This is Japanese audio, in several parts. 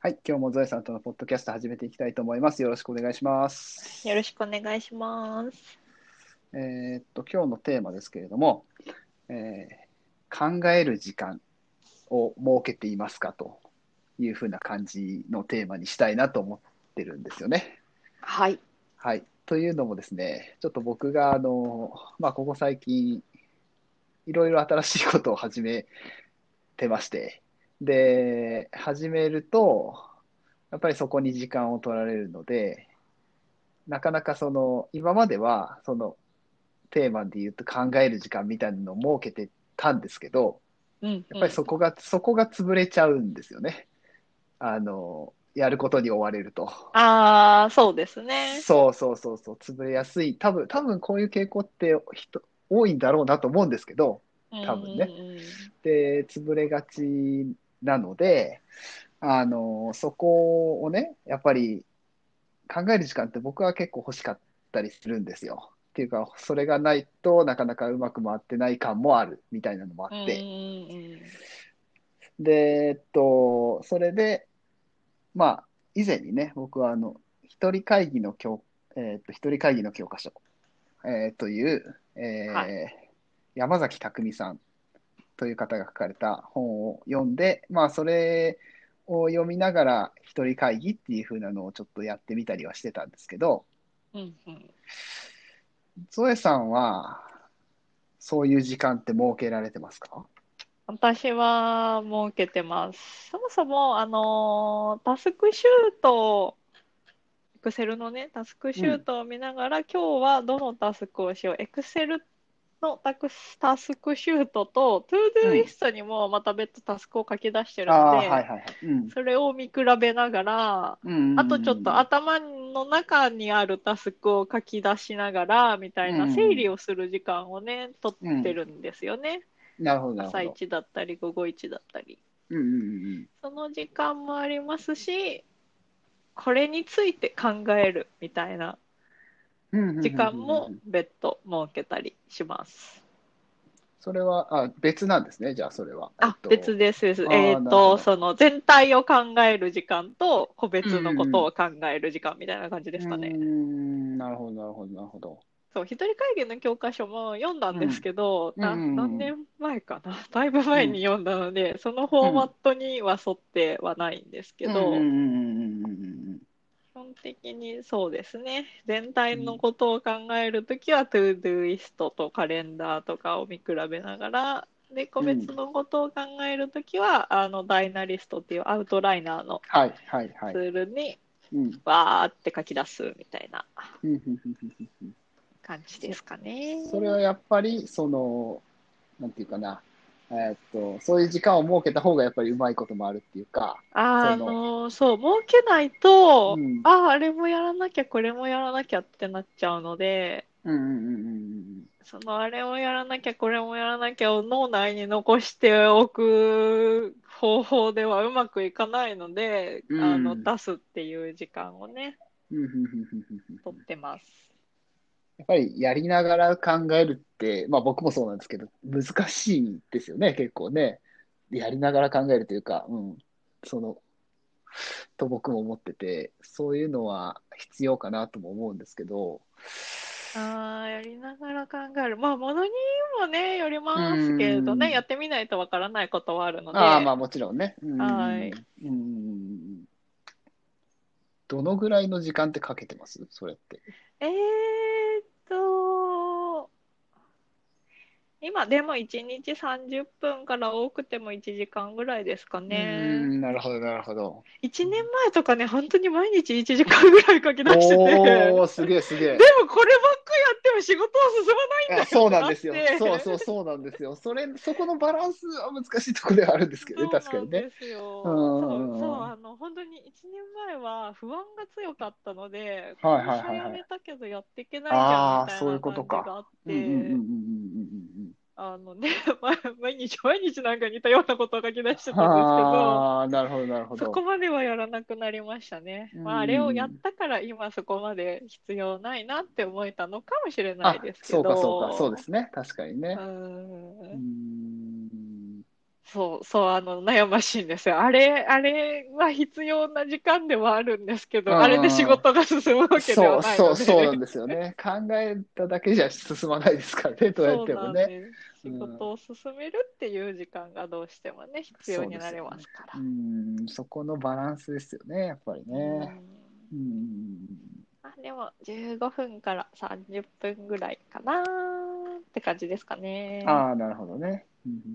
はい、今日もゾエさんとのポッドキャスト始めていきたいと思います。よろしくお願いします。 よろしくお願いします。 今日のテーマですけれども、考える時間を設けていますかというふうな感じのテーマにしたいなと思ってるんですよね。 はい。 はい。というのもですね、ちょっと僕がここ最近、いろいろ新しいことを始めてまして、で、始めると、やっぱりそこに時間を取られるので、なかなか今までは、テーマで言うと考える時間みたいなのを設けてたんですけど、 うんやっぱりうん。 そこが潰れちゃうんですよね。やることに追われると。 ああ、そうですね。 そうそうそうそう、潰れやすい。多分こういう傾向って多いんだろうなと思うんですけど、 うん多分ね。 うんで、潰れがちなので、そこをね、やっぱり考える時間って僕は結構欲しかったりするんですよ。っていうか、それがないとなかなかうまく回ってない感もあるみたいなのもあうん。うって。 んうんで、それで、まあ、以前にね、僕は一人会議の教、一人会議の教科書、という、 はい。 山崎匠さんという方が書かれた本を読んで、まあ、それを読みながら一人会議っていう風なのをちょっとやってみたりはしてたんですけど、 うんうん。 ゾエさんは、そういう時間って設けられてますか？ 私は設けてます。そもそも、タスクシュート、Excel のね、タスクシューうん。 トを見ながら、今日はどのタスクをしよう。Excel のタスクシュートと、トゥードゥーイうん。 ストにもまた別途タスクを書き出してるのああ、はいで、 はいはい。うん。 それを見比べながら、 うんうんあとちょっとうん頭の中にあるタスクを書き出しながら、みたうん。 いなうん。 整理をする時間をね、取っうん。 てるんですよね。 なるほど、なるほど。 朝一だったり、午後一だったり。 うんうんうんその時間もありますし、これについて考えるみたいなうん。うんうんうんうん時間もうん。 別途設けたりします。 それは、別なんですね、じゃあ、それは。 あ、別です。 ああ、なるほど。 その全体を考える時間と個うん別のこうんとを考える時間みたいな感じでうん。 すかね。 なるほど、なるほど、なるほど。 そう、一人会議の教科書も読んだんですうん。 けど、 うんうんうん。 何年前かな。だいぶうん。 前に読んだので、そのフォーマッうん。 トには沿ってはないんですけうんうんうど、 んうん基本的にそうですね。全体うんうん。 のことを考えるときは、トゥードゥイストとカレンダーとかを見比べながら、で、個うん。 別のことを考えるときは、ダイナリストっていうアウトライナーのはいはいはツい。 ールに、 うん。 わーって書き出すみたいなうんうんうんうんうん。 感じですかね。 それはやっぱり、なんていうかな、そういう時間を設けた方がやっぱりうまいこともあるっていうか、 そう、設けないと、 うん、 あれもやらなきゃ、これもやらなきゃってなっちゃうので、 うんうんうんあれもやらなきゃ、これもやらなきゃを脳内に残しておく方法ではうまくいかないので、 うんうん。うん。 出すっていう時間をね、 うんうんうんうんうん。 取ってます。 やっぱりやりながら考えるって、まあ僕もそうなんですけど、難しいですよね、結構ね。やりながら考えるというか、うん。その、と僕も思ってて、そういうのは必要かなとも思うんですけど、 やりながら考える。まあ、ものにもね、よりうーますけどね、やん。 ってみないとわからないことはあるのああ、まで、 あもちろんね。うーん。 はい。 うーん。どのぐらいの時間ってかけてますそれって？ えーっと、今でも1日30分から多くても1時間ぐらいですかうーね。 ん、なるほど、なるほど。 1年前とかね、本当に毎日1時間ぐらい書き出してて、でおー、すげえすげえ。 もこればっかやっても仕事は進まないんあ、 だよそうってなっなんですよ。そうそうて、 そうなんですよ。そこのバランスは難しいところではあるんですけどね、 そう確かにね。 なんですうよ。 ん。はい本当に1年前は不安が強かったので、 はい会社辞はいはい。 めたけどやっていけないじゃんみああ、 たいなそういうことか。 感じがあっうんうんうんうんうんうんうて、 ん。 ね、毎日なんか似たようなことを書き出してたんですけど、 ああ、なるほどなるほそこど。 まではやらなくなりましたね。 うんまあ、あれをやっうんうん。 たから今そこまで必要ないなって思えたのかもしれないあ、 ですけそうかそうか、そうでど、 すね。確かにうーね。うーん、 ん。 悩ましいんですよ。あれは必要な時間ではあるんですけうど、あれで仕ん。 事が進むわけではないのそうなんで、 ですよね。考えただけじゃ進まないですからね、どうやっそうてもね。 なんです。 うん、 仕事を進めるっていう時間がどうしてもね、必要そうになりですよね。 ますから。 そこのバランスですよね、やっぱりうね。 ん。 うん、 でも、15分から30分ぐらいかなって感じですかね。 ああ、なるほどね。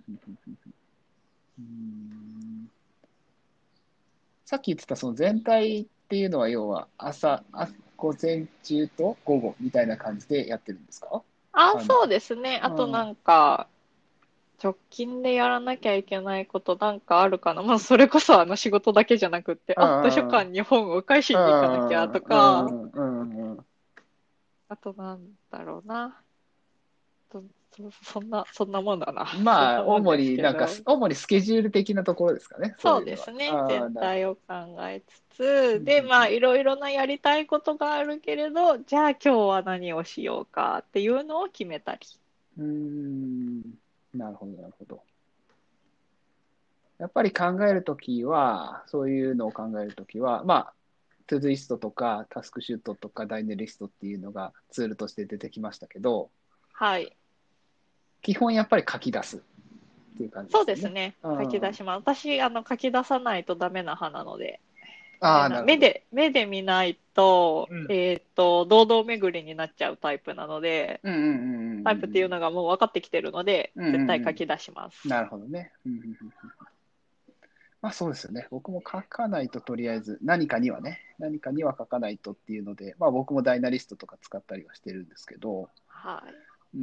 うんさっき言ってたその全体っていうのは要は午前中と午後みたいな感じでやってるんですか？ あ、 あの、 そうですね。あとなんか、直近でやらなきゃいけないことなんかあるかな。まあ、それこそ仕事だけじゃなくって、 うん、 図書うん、 館に本を返しうに行かなきゃとん、うか、 ん、うん。 あとなんだろうな。とそんなもんだな。そんまあ、 なもんですけど。 主にスケジュール的なところですかね、そうそういうのは。 ですね。 ああ、 全なるほど。 体を考えつつ、で、まあ、いろいろなやりたいことがあるけれど、じゃあ今日は何をしようかっていうのを決めたり。 なるほど、なるほど。やっぱり考えるときは、そういうのを考えるときは、まあ、トゥードゥイストとかタスクシュートとかダイネリストっていうのがツールとして出てきましたけど、 はい。 基本やっぱり書き出すっていう感じでそうすよね。 ですね。 うん。 書き出します。私、書き出さないとダメな派なので、 ああ、なるほど。 目で見ないと、 うん。 堂々巡りになっちゃうタイプなので、 うんうんうんタイプっていうのがもう分かってきてるので、 うんうん。うんうんうん。 絶対書き出します。 なるほどね。まあそうですよね。僕も書かないととりあえず何かには書かないとっていうので、まあ僕もダイナリストとか使ったりはしてるんですけど、 はい。 うん。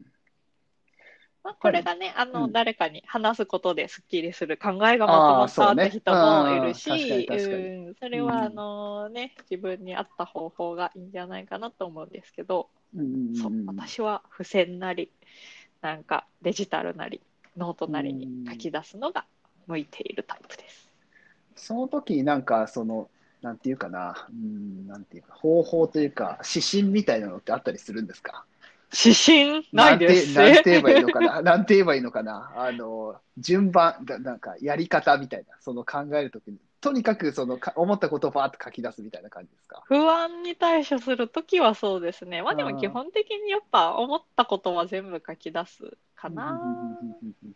まあ、 やっぱり、 これがね、 うん。 誰かに話すことですっきりする考えがまとああ、 まったってそうね。うん人もいるうんうん。確かにし、 確かに。 それはうん自分に合った方法がいいんじゃないかなと思うんですけど、 うんうんうん私は付箋なり、なんかデジタルなり、ノートうん。 なりに書き出すのが向いているタイプです。 その時になんか、なんていうかな、なんていうか、方法というか、指針みたいなのってあったりするんですか？ 指針ないです。 なんて言えばいいのかななんて言えばいいのかな順番、なんか、やり方みたいな、その考えるときに、とにかく思ったことをバーッと書き出すみたいな感じですか？ 不安に対処するときはそうですね。まあでも基ああ、 本的にやっぱ思ったことは全部書き出すかうんうんうんうんな。 うんうん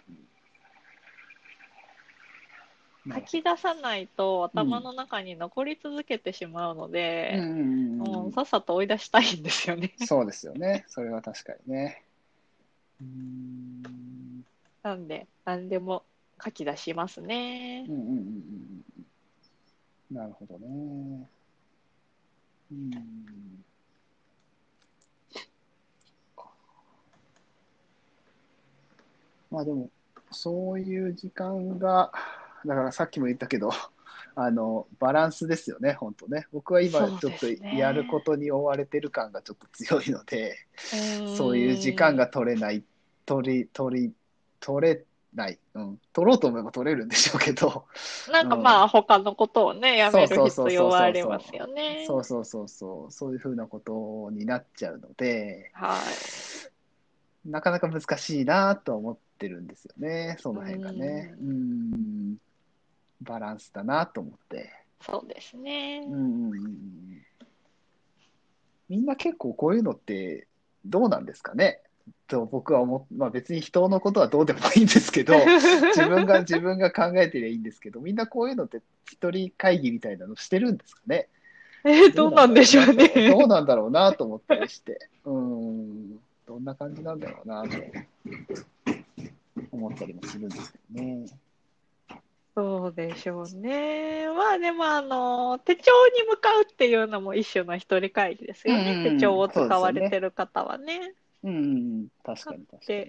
な書るほど。 き出さないとうん。 頭の中に残り続けてしまうのうんで、 うんうんうん。 もうさっさと追い出したいんですよね。 そうですよね。それは確かにね。うーん。 なんで、何でも書き出しますね。 うんうんうんうんうん。なるほどね。うん。まあでも、そういう時間が、だからさっきも言ったけど、バランスですよね、本当ね。僕は今ちょっとそうですやるこね。 とに追われてる感がちょっと強いので、 うそういう時間がーん。 取れない、取れない、取ろうと思えば取れるんでしょうけど、 なんうん。 かまあ他のことをね、やめる必要はありますよね。 そういうふうなことになっちゃうので、 はい。 なかなか難しいなと思ってるんですよね、そうの辺がね。 ーん。 バランスだなと思って。 そうですね。 うんうんうん、みんな結構こういうのってどうなんですかねと僕はまあ別に人のことはどうでもいいんですけど、自分が考えてりゃいいんですけど、みんなこういうのって一人会議みたいなのしてるんですかね？どうなんどうなんでしょうどうね。 なんだろうなと思ったりして、どんな感じなんだろうなと思ったりもするんですけどね。 そうでしょうね。まあでも手帳に向かうっていうのも一種の一人会議ですうんよね。手うんうん、そうで帳を使われてすよね。 る方はね。 うんうんうん、確だっかに確かに。 て、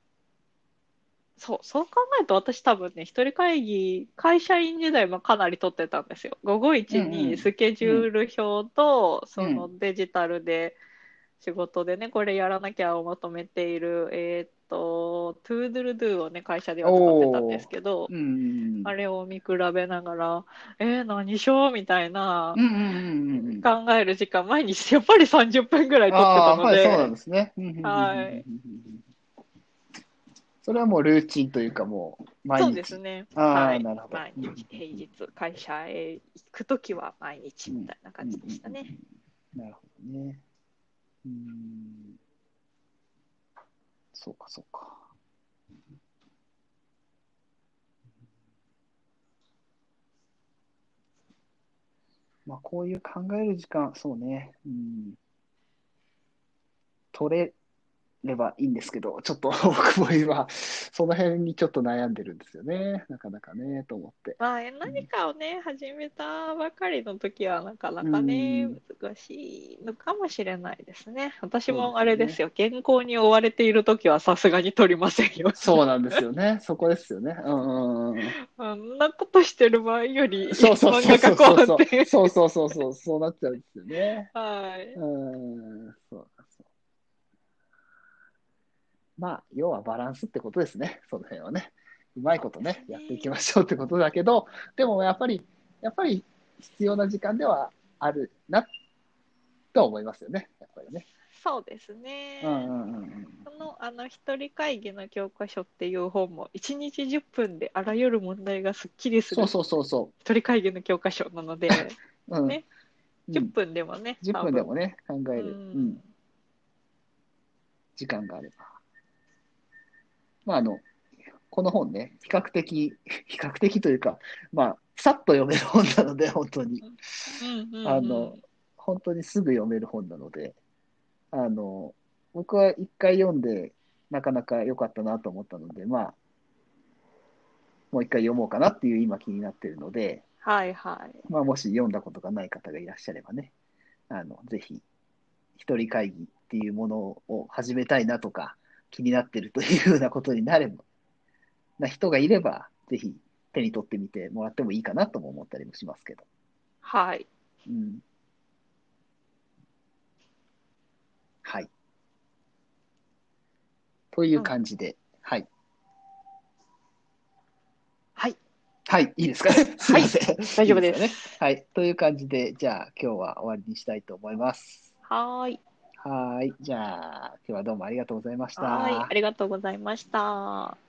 そう考えると私多分ね、一人会議、会社員時代もかなり取ってたんですよ。午後うん一にうんスケジうんュール表と、そうんのデジタルで仕事でね、これやらなきゃをまとめている、トゥードゥルドゥをね、会社では使ってたんでおー、 すけど、 うんうんあれを見比べながら、何しようみたいなうんうんうんうんうん。 考える時間、毎日やっぱり30分ぐらい取ってたああ、はい、そうなんので、 ですね。うんうんうんうんうんはい。 うんそれはもうルーチンというか、もう毎そう日。 ですね。 ああ、 はい。 なるほど。 毎日、平日、会社へ行くときは毎日うんみたいな感じでしたね。 なるほどね。うん、そうか、そうか。まあ、こういう考える時間、そうね。取れればいいんですけど、ちょっと僕も今、その辺にちょっと悩んでるんですよね。なかなかね、と思って。 まあ、何かをね、始めたばかりの時は、なかなうかね、 ん、 難しいのかもしれないですね。私そうでもあすよね。 れですよ、原稿に追われている時はさすがに取りませんよ。 そうなんですよね。そこですよね。 あんなことしてる場合よりそうそう漫画描そうそうそうそう。 こうっていう。 そうそうそうそう。そうなっちゃうんですよね。 はい。 そうそう。まあ、要はバランスってことですね。その辺はね。うまいそうですことね、やっていきまね。 しょうってことだけど、でもやっぱり必要な時間ではあるなとは思いますよね。やっぱりね。 そうですね。 ん。 一人会議の教科書っていう本も、1日10分であらゆる問題がすっきりするそうそうそうそ一人会議の教科書なので、 う。うん。 ね、10 うん。 分でもね、 10 多分、 分でもね、考えうる。 ん、 時間があれば。まあ、この本ね、比較的というか、まあ、さっと読める本なので、本当に。 うん、うん、 あの、 うん。 本当にすぐ読める本なので、僕は一回読んで、なかなか良かったなと思ったので、まあ、もう一回読もうかなっていう今気になっているので、 はいはい。 まあ、もし読んだことがない方がいらっしゃればね、ぜひ、一人会議っていうものを始めたいなとか、気になってるというようなことになれば、な人がいれば、ぜひ手に取ってみてもらってもいいかなとも思ったりもしますけど。 はい。 うん。はい。といううん。 感じで、はい。 はい。 はい、いいですかね。すいはい。 ません。 大丈夫いいですかね。 です。 はい。という感じで、じゃあ今日は終わりにしたいと思います。 はーい。 はい。じゃあ今日はどうもありがとうございましはーい。 た。 ありがとうございました。